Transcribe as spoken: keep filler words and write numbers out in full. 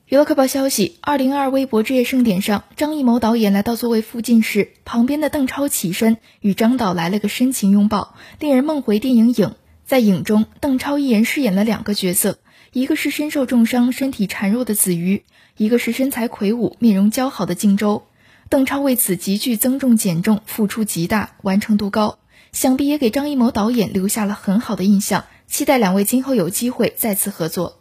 娱乐快报消息，二零二二微博之夜盛典上，张艺谋导演来到座位附近时，旁边的邓超起身与张导来了个深情拥抱，令人梦回电影影。在影中，邓超一人饰演了两个角色，一个是身受重伤、身体孱弱的子瑜，一个是身材魁梧、面容姣好的靖州。邓超为此急剧增重减重，付出极大，完成度高，想必也给张艺谋导演留下了很好的印象，期待两位今后有机会再次合作。